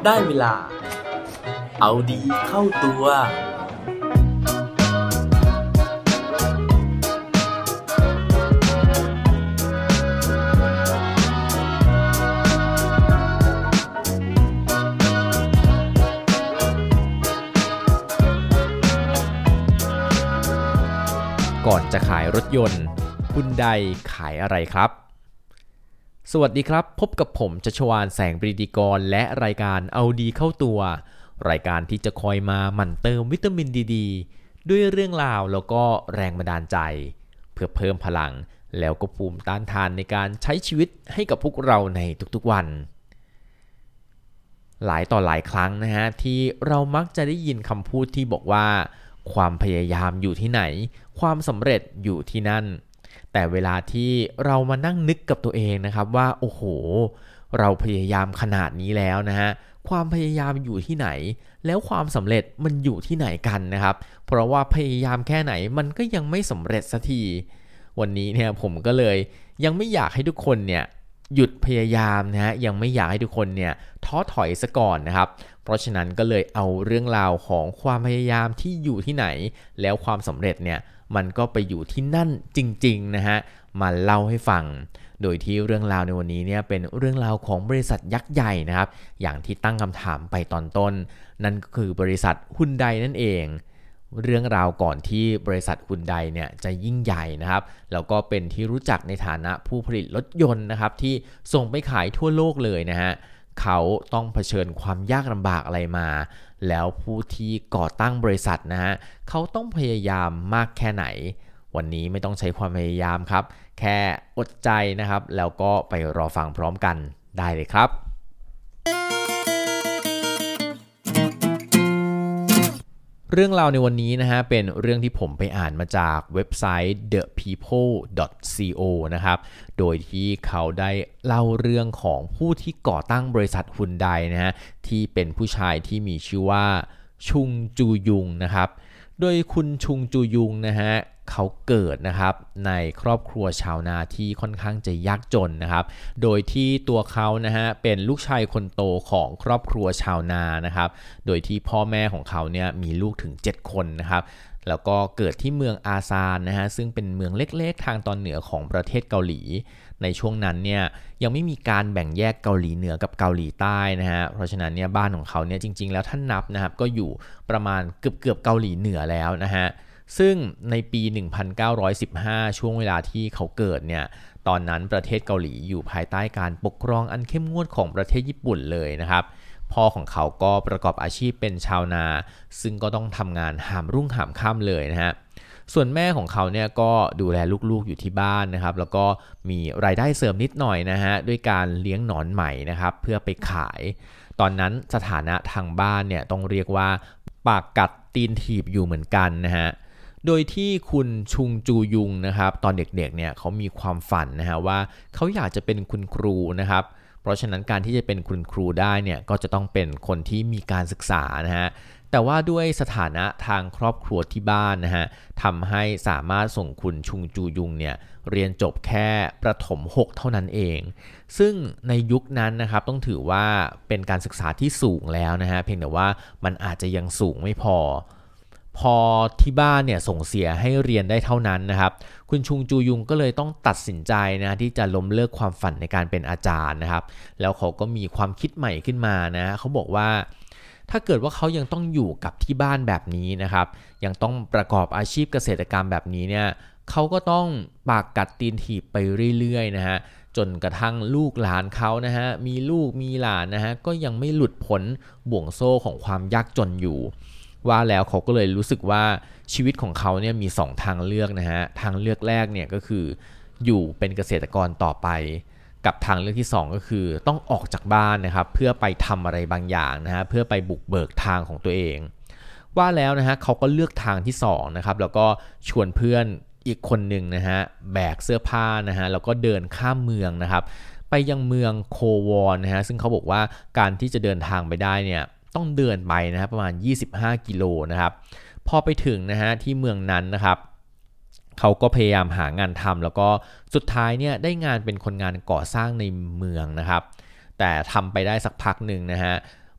ได้เวลาเอาดีเข้าตัวก่อนจะขายรถยนต์คุณใดขายอะไรครับสวัสดีครับพบกับผมชัชวาลแสงปรีดีกรและรายการเอาดีเข้าตัวรายการที่จะคอยมาหมั่นเติมวิตามินดีด้วยเรื่องราวแล้วก็แรงบันดาลใจเพื่อเพิ่มพลังแล้วก็ภูมิต้านทานในการใช้ชีวิตให้กับพวกเราในทุกๆวันหลายต่อหลายครั้งนะฮะที่เรามักจะได้ยินคำพูดที่บอกว่าความพยายามอยู่ที่ไหนความสำเร็จอยู่ที่นั่นแต่เวลาที่เรามานั่งนึกกับตัวเองนะครับว่าโอ้โหเราพยายามขนาดนี้แล้วนะฮะความพยายามอยู่ที่ไหนแล้วความสำเร็จมันอยู่ที่ไหนกันนะครับเพราะว่าพยายามแค่ไหนมันก็ยังไม่สำเร็จสักทีวันนี้เนี่ยผมก็เลยยังไม่อยากให้ทุกคนเนี่ยหยุดพยายามนะฮะยังไม่อยากให้ทุกคนเนี่ยท้อถอยซะก่อนนะครับเพราะฉะนั้นก็เลยเอาเรื่องราวของความพยายามที่อยู่ที่ไหนแล้วความสำเร็จเนี่ยมันก็ไปอยู่ที่นั่นจริงๆนะฮะมาเล่าให้ฟังโดยที่เรื่องราวในวันนี้เนี่ยเป็นเรื่องราวของบริษัทยักษ์ใหญ่นะครับอย่างที่ตั้งคำถามไปตอนต้นนั่นก็คือบริษัทฮุนไดนั่นเองเรื่องราวก่อนที่บริษัทฮุนไดเนี่ยจะยิ่งใหญ่นะครับแล้วก็เป็นที่รู้จักในฐานะผู้ผลิตรถยนต์นะครับที่ส่งไปขายทั่วโลกเลยนะฮะเขาต้องเผชิญความยากลำบากอะไรมาแล้วผู้ที่ก่อตั้งบริษัทนะฮะเขาต้องพยายามมากแค่ไหนวันนี้ไม่ต้องใช้ความพยายามครับแค่อดใจนะครับแล้วก็ไปรอฟังพร้อมกันได้เลยครับเรื่องราวในวันนี้นะฮะเป็นเรื่องที่ผมไปอ่านมาจากเว็บไซต์ thepeople.co นะครับโดยที่เขาได้เล่าเรื่องของผู้ที่ก่อตั้งบริษัทฮุนไดนะฮะที่เป็นผู้ชายที่มีชื่อว่าชุงจูยุงนะครับโดยคุณชุงจูยุงนะฮะเขาเกิดนะครับในครอบครัวชาวนาที่ค่อนข้างจะยากจนนะครับโดยที่ตัวเขานะฮะเป็นลูกชายคนโตของครอบครัวชาวนานะครับโดยที่พ่อแม่ของเขาเนี่ยมีลูกถึง7คนนะครับแล้วก็เกิดที่เมืองอาซานนะฮะซึ่งเป็นเมืองเล็กๆทางตอนเหนือของประเทศเกาหลีในช่วงนั้นเนี่ยยังไม่มีการแบ่งแยกเกาหลีเหนือกับเกาหลีใต้นะฮะเพราะฉะนั้นเนี่ยบ้านของเขาเนี่ยจริงๆแล้วท่านนับนะครับก็อยู่ประมาณเกือบเกาหลีเหนือแล้วนะฮะซึ่งในปี 1915 ช่วงเวลาที่เขาเกิดเนี่ยตอนนั้นประเทศเกาหลีอยู่ภายใต้การปกครองอันเข้มงวดของประเทศญี่ปุ่นเลยนะครับพ่อของเขาก็ประกอบอาชีพเป็นชาวนาซึ่งก็ต้องทำงานหามรุ่งหามค่ำเลยนะฮะส่วนแม่ของเขาเนี่ยก็ดูแลลูกๆอยู่ที่บ้านนะครับแล้วก็มีรายได้เสริมนิดหน่อยนะฮะด้วยการเลี้ยงหนอนไหมนะครับเพื่อไปขายตอนนั้นสถานะทางบ้านเนี่ยต้องเรียกว่าปากกัดตีนถีบอยู่เหมือนกันนะฮะโดยที่คุณชุงจูยุงนะครับตอนเด็กๆเนี่ยเขามีความฝันนะฮะว่าเขาอยากจะเป็นคุณครูนะครับเพราะฉะนั้นการที่จะเป็นคุณครูได้เนี่ยก็จะต้องเป็นคนที่มีการศึกษานะฮะแต่ว่าด้วยสถานะทางครอบครัวที่บ้านนะฮะทำให้สามารถส่งคุณชุงจูยุงเนี่ยเรียนจบแค่ประถม6เท่านั้นเองซึ่งในยุคนั้นนะครับต้องถือว่าเป็นการศึกษาที่สูงแล้วนะฮะเพียงแต่ว่ามันอาจจะยังสูงไม่พอที่บ้านเนี่ยส่งเสียให้เรียนได้เท่านั้นนะครับคุณชุงจูยุงก็เลยต้องตัดสินใจนะที่จะล้มเลิกความฝันในการเป็นอาจารย์นะครับแล้วเขาก็มีความคิดใหม่ขึ้นมานะเขาบอกว่าถ้าเกิดว่าเขายังต้องอยู่กับที่บ้านแบบนี้นะครับยังต้องประกอบอาชีพเกษตรกรรมแบบนี้เนี่ยเขาก็ต้องปากกัดตีนถีบไปเรื่อยๆนะฮะจนกระทั่งลูกหลานเขานะฮะมีลูกมีหลานนะฮะก็ยังไม่หลุดพ้นบ่วงโซ่ของความยากจนอยู่ว่าแล้วเขาก็เลยรู้สึกว่าชีวิตของเขาเนี่ยมี2ทางเลือกนะฮะทางเลือกแรกเนี่ยก็คืออยู่เป็นเกษตรกรต่อไปกับทางเลือกที่2ก็คือต้องออกจากบ้านนะครับเพื่อไปทำอะไรบางอย่างนะฮะเพื่อไปบุกเบิกทางของตัวเองว่าแล้วนะฮะเขาก็เลือกทางที่2นะครับแล้วก็ชวนเพื่อนอีกคนหนึ่งนะฮะแบกเสื้อผ้านะฮะแล้วก็เดินข้ามเมืองนะครับไปยังเมืองโควอนนะฮะซึ่งเขาบอกว่าการที่จะเดินทางไปได้เนี่ยต้องเดินไปนะครับประมาณ25กิโลนะครับพอไปถึงนะฮะที่เมืองนั้นนะครับเขาก็พยายามหางานทำแล้วก็สุดท้ายเนี่ยได้งานเป็นคนงานก่อสร้างในเมืองนะครับแต่ทำไปได้สักพักหนึ่งนะฮะ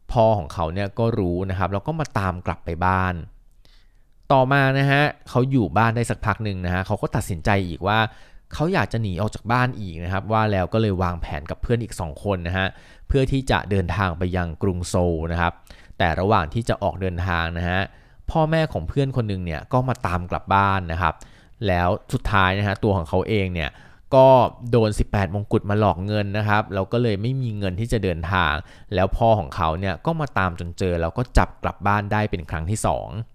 พ่อของเขาเนี่ยก็รู้นะครับแล้วก็มาตามกลับไปบ้านต่อมานะฮะเขาอยู่บ้านได้สักพักหนึ่งนะฮะเขาก็ตัดสินใจอีกว่าเขาอยากจะหนีออกจากบ้านอีกนะครับว่าแล้วก็เลยวางแผนกับเพื่อนอีก2คนนะฮะเพื่อที่จะเดินทางไปยังกรุงโซลนะครับแต่ระหว่างที่จะออกเดินทางนะฮะพ่อแม่ของเพื่อนคนนึงเนี่ยก็มาตามกลับบ้านนะครับแล้วสุดท้ายนะฮะตัวของเขาเองเนี่ยก็โดน18มงกุฎมาหลอกเงินนะครับแล้วก็เลยไม่มีเงินที่จะเดินทางแล้วพ่อของเขาเนี่ยก็มาตามจนเจอแล้วก็จับกลับบ้านได้เป็นครั้งที่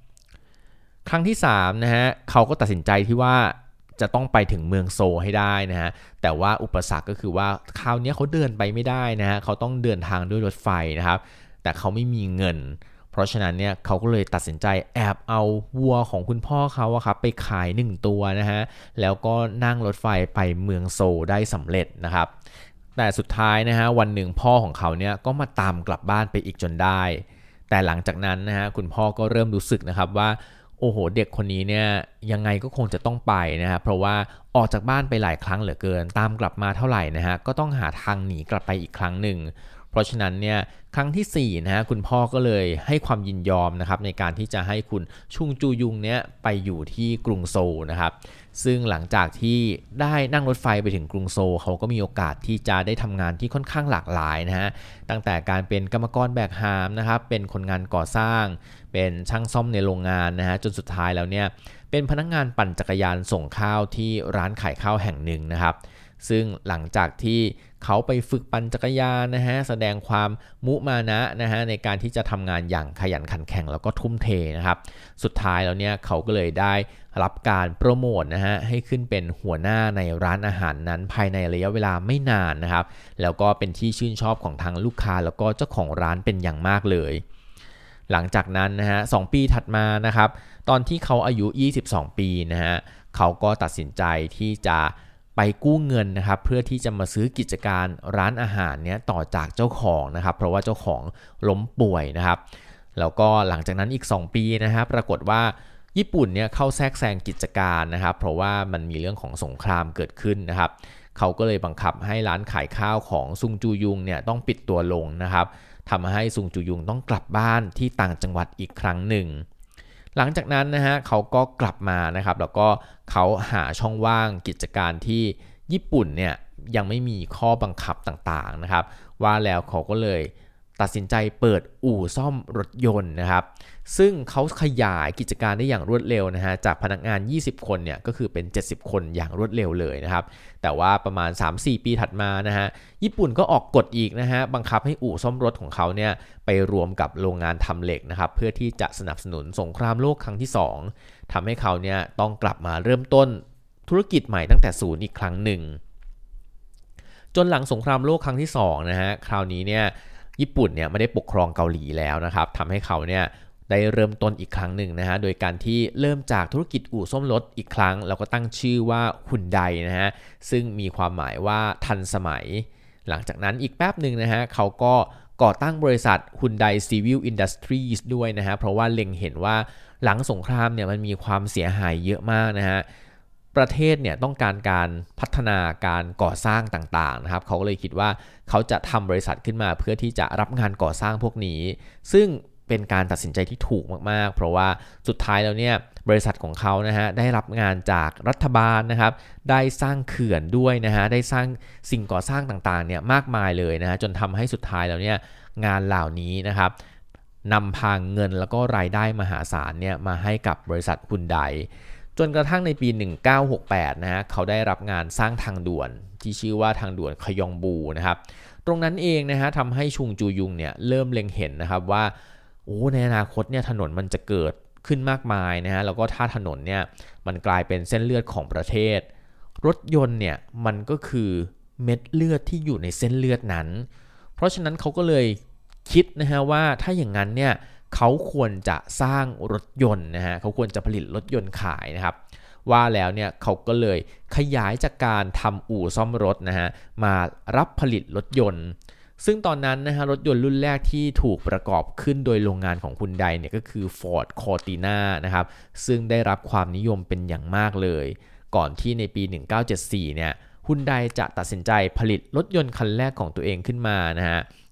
2ครั้งที่3นะฮะเขาก็ตัดสินใจที่ว่าจะต้องไปถึงเมืองโซลให้ได้นะฮะแต่ว่าอุปสรรคก็คือว่าคราวนี้เขาเดินไปไม่ได้นะฮะเขาต้องเดินทางด้วยรถไฟนะครับแต่เขาไม่มีเงินเพราะฉะนั้นเนี่ยเขาก็เลยตัดสินใจแอบเอาวัวของคุณพ่อเขาครับไปขาย1ตัวนะฮะแล้วก็นั่งรถไฟไปเมืองโซลได้สำเร็จนะครับแต่สุดท้ายนะฮะวันหนึ่งพ่อของเขาเนี่ยก็มาตามกลับบ้านไปอีกจนได้แต่หลังจากนั้นนะฮะคุณพ่อก็เริ่มรู้สึกนะครับว่าโอ้โหเด็กคนนี้เนี่ยยังไงก็คงจะต้องไปนะครับเพราะว่าออกจากบ้านไปหลายครั้งเหลือเกินตามกลับมาเท่าไหร่นะฮะก็ต้องหาทางหนีกลับไปอีกครั้งหนึ่งเพราะฉะนั้นเนี่ยครั้งที่4นะฮะคุณพ่อก็เลยให้ความยินยอมนะครับในการที่จะให้คุณชุงจูยุงเนี่ยไปอยู่ที่กรุงโซลนะครับซึ่งหลังจากที่ได้นั่งรถไฟไปถึงกรุงโซลเขาก็มีโอกาสที่จะได้ทำงานที่ค่อนข้างหลากหลายนะฮะตั้งแต่การเป็นกรรมกรแบกหามนะครับเป็นคนงานก่อสร้างเป็นช่างซ่อมในโรงงานนะฮะจนสุดท้ายแล้วเนี่ยเป็นพนักงานปั่นจักรยานส่งข้าวที่ร้านขายข้าวแห่งหนึ่งนะครับซึ่งหลังจากที่เขาไปฝึกปั่นจักรยานนะฮะแสดงความมุมานะนะฮะในการที่จะทำงานอย่างขยันขันแข็งแล้วก็ทุ่มเทนะครับสุดท้ายแล้วเนี่ยเขาก็เลยได้รับการโปรโมทนะฮะให้ขึ้นเป็นหัวหน้าในร้านอาหารนั้นภายในระยะเวลาไม่นานนะครับแล้วก็เป็นที่ชื่นชอบของทางลูกค้าแล้วก็เจ้าของร้านเป็นอย่างมากเลยหลังจากนั้นนะฮะ2ปีถัดมานะครับตอนที่เขาอายุ22ปีนะฮะเขาก็ตัดสินใจที่จะไปกู้เงินนะครับเพื่อที่จะมาซื้อกิจการร้านอาหารเนี้ยต่อจากเจ้าของนะครับเพราะว่าเจ้าของล้มป่วยนะครับแล้วก็หลังจากนั้นอีก2ปีนะครับปรากฏว่าญี่ปุ่นเนี่ยเข้าแทรกแซงกิจการนะครับเพราะว่ามันมีเรื่องของสงครามเกิดขึ้นนะครับเขาก็เลยบังคับให้ร้านขายข้าวของซุงจูยุงเนี่ยต้องปิดตัวลงนะครับทำให้ซุงจูยุงต้องกลับบ้านที่ต่างจังหวัดอีกครั้งหนึ่งหลังจากนั้นนะฮะเขาก็กลับมานะครับแล้วก็เขาหาช่องว่างกิจการที่ญี่ปุ่นเนี่ยยังไม่มีข้อบังคับต่างๆนะครับว่าแล้วเขาก็เลยตัดสินใจเปิดอู่ซ่อมรถยนต์นะครับซึ่งเขาขยายกิจการได้อย่างรวดเร็วนะฮะจากพนักงาน20คนเนี่ยก็คือเป็น70คนอย่างรวดเร็วเลยนะครับแต่ว่าประมาณ 3-4 ปีถัดมานะฮะญี่ปุ่นก็ออกกฎอีกนะฮะบังคับให้อู่ซ่อมรถของเขาเนี่ยไปรวมกับโรงงานทำเหล็กนะครับเพื่อที่จะสนับสนุนสงครามโลกครั้งที่2ทำให้เขาเนี่ยต้องกลับมาเริ่มต้นธุรกิจใหม่ตั้งแต่ศูนย์อีกครั้งหนึ่งจนหลังสงครามโลกครั้งที่2นะฮะคราวนี้เนี่ยญี่ปุ่นเนี่ยไม่ได้ปกครองเกาหลีแล้วนะครับทำให้เขาเนี่ยได้เริ่มต้นอีกครั้งหนึ่งนะฮะโดยการที่เริ่มจากธุรกิจอู่ซ่อมรถอีกครั้งแล้วก็ตั้งชื่อว่าฮุนไดนะฮะซึ่งมีความหมายว่าทันสมัยหลังจากนั้นอีกแป๊บหนึ่งนะฮะเขาก็ก่อตั้งบริษัท Hyundai Civil Industries ด้วยนะฮะเพราะว่าเล็งเห็นว่าหลังสงครามเนี่ยมันมีความเสียหายเยอะมากนะฮะประเทศเนี่ยต้องการพัฒนาการก่อสร้างต่างๆนะครับเขาก็เลยคิดว่าเขาจะทำบริษัทขึ้นมาเพื่อที่จะรับงานก่อสร้างพวกนี้ซึ่งเป็นการตัดสินใจที่ถูกมากๆเพราะว่าสุดท้ายแล้วเนี่ยบริษัทของเขานะฮะได้รับงานจากรัฐบาลนะครับได้สร้างเขื่อนด้วยนะฮะได้สร้างสิ่งก่อสร้างต่างๆเนี่ยมากมายเลยนะฮะจนทำให้สุดท้ายแล้วเนี่ยงานเหล่านี้นะครับนำพาเงินแล้วก็รายได้มหาศาลเนี่ยมาให้กับบริษัทฮุนไดจนกระทั่งในปี1968นะฮะเขาได้รับงานสร้างทางด่วนที่ชื่อว่าทางด่วนคยองบูนะครับตรงนั้นเองนะฮะทำให้ชุงจูยุงเนี่ยเริ่มเล็งเห็นนะครับว่าในอนาคตเนี่ยถนนมันจะเกิดขึ้นมากมายนะฮะแล้วก็ถ้าถนนเนี่ยมันกลายเป็นเส้นเลือดของประเทศรถยนต์เนี่ยมันก็คือเม็ดเลือดที่อยู่ในเส้นเลือดนั้นเพราะฉะนั้นเขาก็เลยคิดนะฮะว่าถ้าอย่างนั้นเนี่ยเขาควรจะสร้างรถยนต์นะฮะเขาควรจะผลิตรถยนต์ขายนะครับว่าแล้วเนี่ยเขาก็เลยขยายจากการทำอู่ซ่อมรถนะฮะมารับผลิตรถยนต์ซึ่งตอนนั้นนะฮะรถยนต์รุ่นแรกที่ถูกประกอบขึ้นโดยโรงงานของฮุนไดเนี่ยก็คือ Ford Cortina นะครับซึ่งได้รับความนิยมเป็นอย่างมากเลยก่อนที่ในปี1974เนี่ยฮุนไดจะตัดสินใจผลิตรถยนต์คันแรกของตัวเองขึ้นมานะฮะ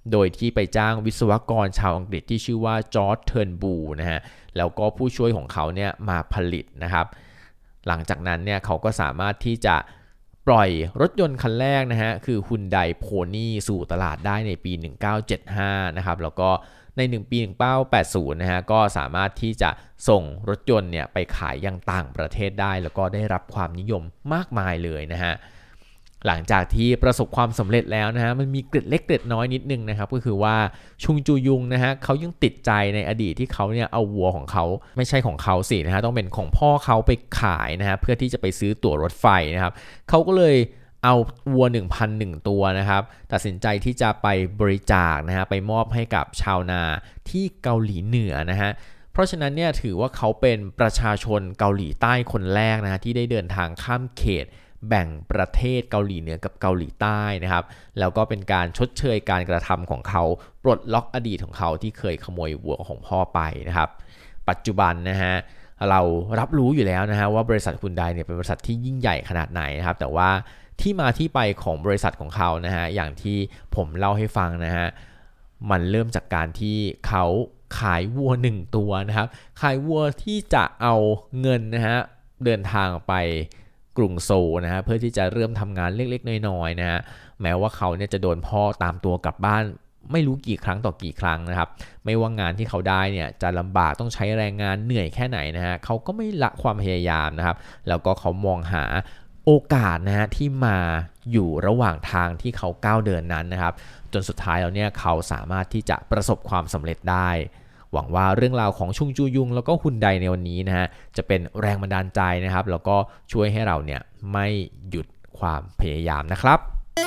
โดยที่ไปจ้างวิศวกรชาวอังกฤษที่ชื่อว่าจอร์จเทิร์นบูนะฮะแล้วก็ผู้ช่วยของเขาเนี่ยมาผลิตนะครับหลังจากนั้นเนี่ยเขาก็สามารถที่จะปล่อยรถยนต์คันแรกนะฮะคือ Hyundai Pony สู่ตลาดได้ในปี 1975 นะครับแล้วก็ใน1ปี 1980 นะฮะก็สามารถที่จะส่งรถยนต์เนี่ยไปขายยังต่างประเทศได้แล้วก็ได้รับความนิยมมากมายเลยนะฮะหลังจากที่ประสบความสำเร็จแล้วนะฮะมันมีเกร็ดเล็กเกร็ดน้อยนิดนึงนะครับก็คือว่าชุงจูยุงนะฮะเขายังติดใจในอดีตที่เขาเนี่ยเอาวัวของเขาไม่ใช่ของเขาสินะฮะต้องเป็นของพ่อเขาไปขายนะฮะเพื่อที่จะไปซื้อตั๋วรถไฟนะครับเขาก็เลยเอาวัว 1,001 ตัวนะครับตัดสินใจที่จะไปบริจาคนะฮะไปมอบให้กับชาวนาที่เกาหลีเหนือนะฮะเพราะฉะนั้นเนี่ยถือว่าเขาเป็นประชาชนเกาหลีใต้คนแรกนะฮะที่ได้เดินทางข้ามเขตแบ่งประเทศเกาหลีเหนือกับเกาหลีใต้นะครับแล้วก็เป็นการชดเชยการกระทำของเขาปลดล็อกอดีตของเขาที่เคยขโมยวัวของพ่อไปนะครับปัจจุบันนะฮะเรารับรู้อยู่แล้วนะฮะว่าบริษัทฮุนไดเนี่ยเป็นบริษัทที่ยิ่งใหญ่ขนาดไหนนะครับแต่ว่าที่มาที่ไปของบริษัทของเขานะฮะอย่างที่ผมเล่าให้ฟังนะฮะมันเริ่มจากการที่เขาขายวัว1ตัวนะครับขายวัวที่จะเอาเงินนะฮะเดินทางไปกรุงโซลนะฮะเพื่อที่จะเริ่มทำงานเล็กๆน้อยๆนะฮะแม้ว่าเขาเนี่ยจะโดนพ่อตามตัวกลับบ้านไม่รู้กี่ครั้งต่อกี่ครั้งนะครับไม่ว่างานที่เขาได้เนี่ยจะลำบากต้องใช้แรงงานเหนื่อยแค่ไหนนะฮะเขาก็ไม่ละความพยายามนะครับแล้วก็เขามองหาโอกาสนะฮะที่มาอยู่ระหว่างทางที่เขาก้าวเดินนั้นนะครับจนสุดท้ายแล้วเนี่ยเขาสามารถที่จะประสบความสำเร็จได้หวังว่าเรื่องราวของชุงจูยุงแล้วก็ฮุนไดในวันนี้นะฮะจะเป็นแรงบันดาลใจนะครับแล้วก็ช่วยให้เราเนี่ยไม่หยุดความพยายามนะครับ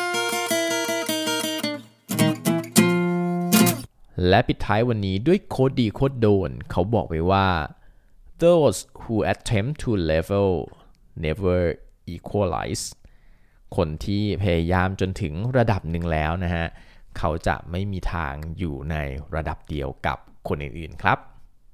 และปิดท้ายวันนี้ด้วยโค้ดดีโค้ดโดนเขาบอกไว้ว่า those who attempt to level never equalize คนที่พยายามจนถึงระดับหนึ่งแล้วนะฮะเขาจะไม่มีทางอยู่ในระดับเดียวกับคนอื่นๆครับ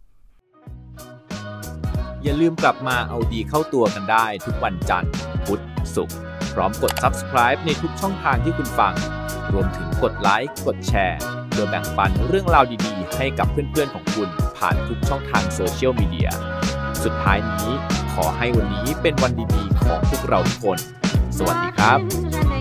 อย่าลืมกลับมาเอาดีเข้าตัวกันได้ทุกวันจันทร์พุธศุกร์พร้อมกด Subscribe ในทุกช่องทางที่คุณฟังรวมถึงกดไลค์กดแชร์โดยแบ่งปันเรื่องราวดีๆให้กับเพื่อนๆของคุณผ่านทุกช่องทางโซเชียลมีเดียสุดท้ายนี้ขอให้วันนี้เป็นวันดีๆของพวกเราทุกคนสวัสดีครับ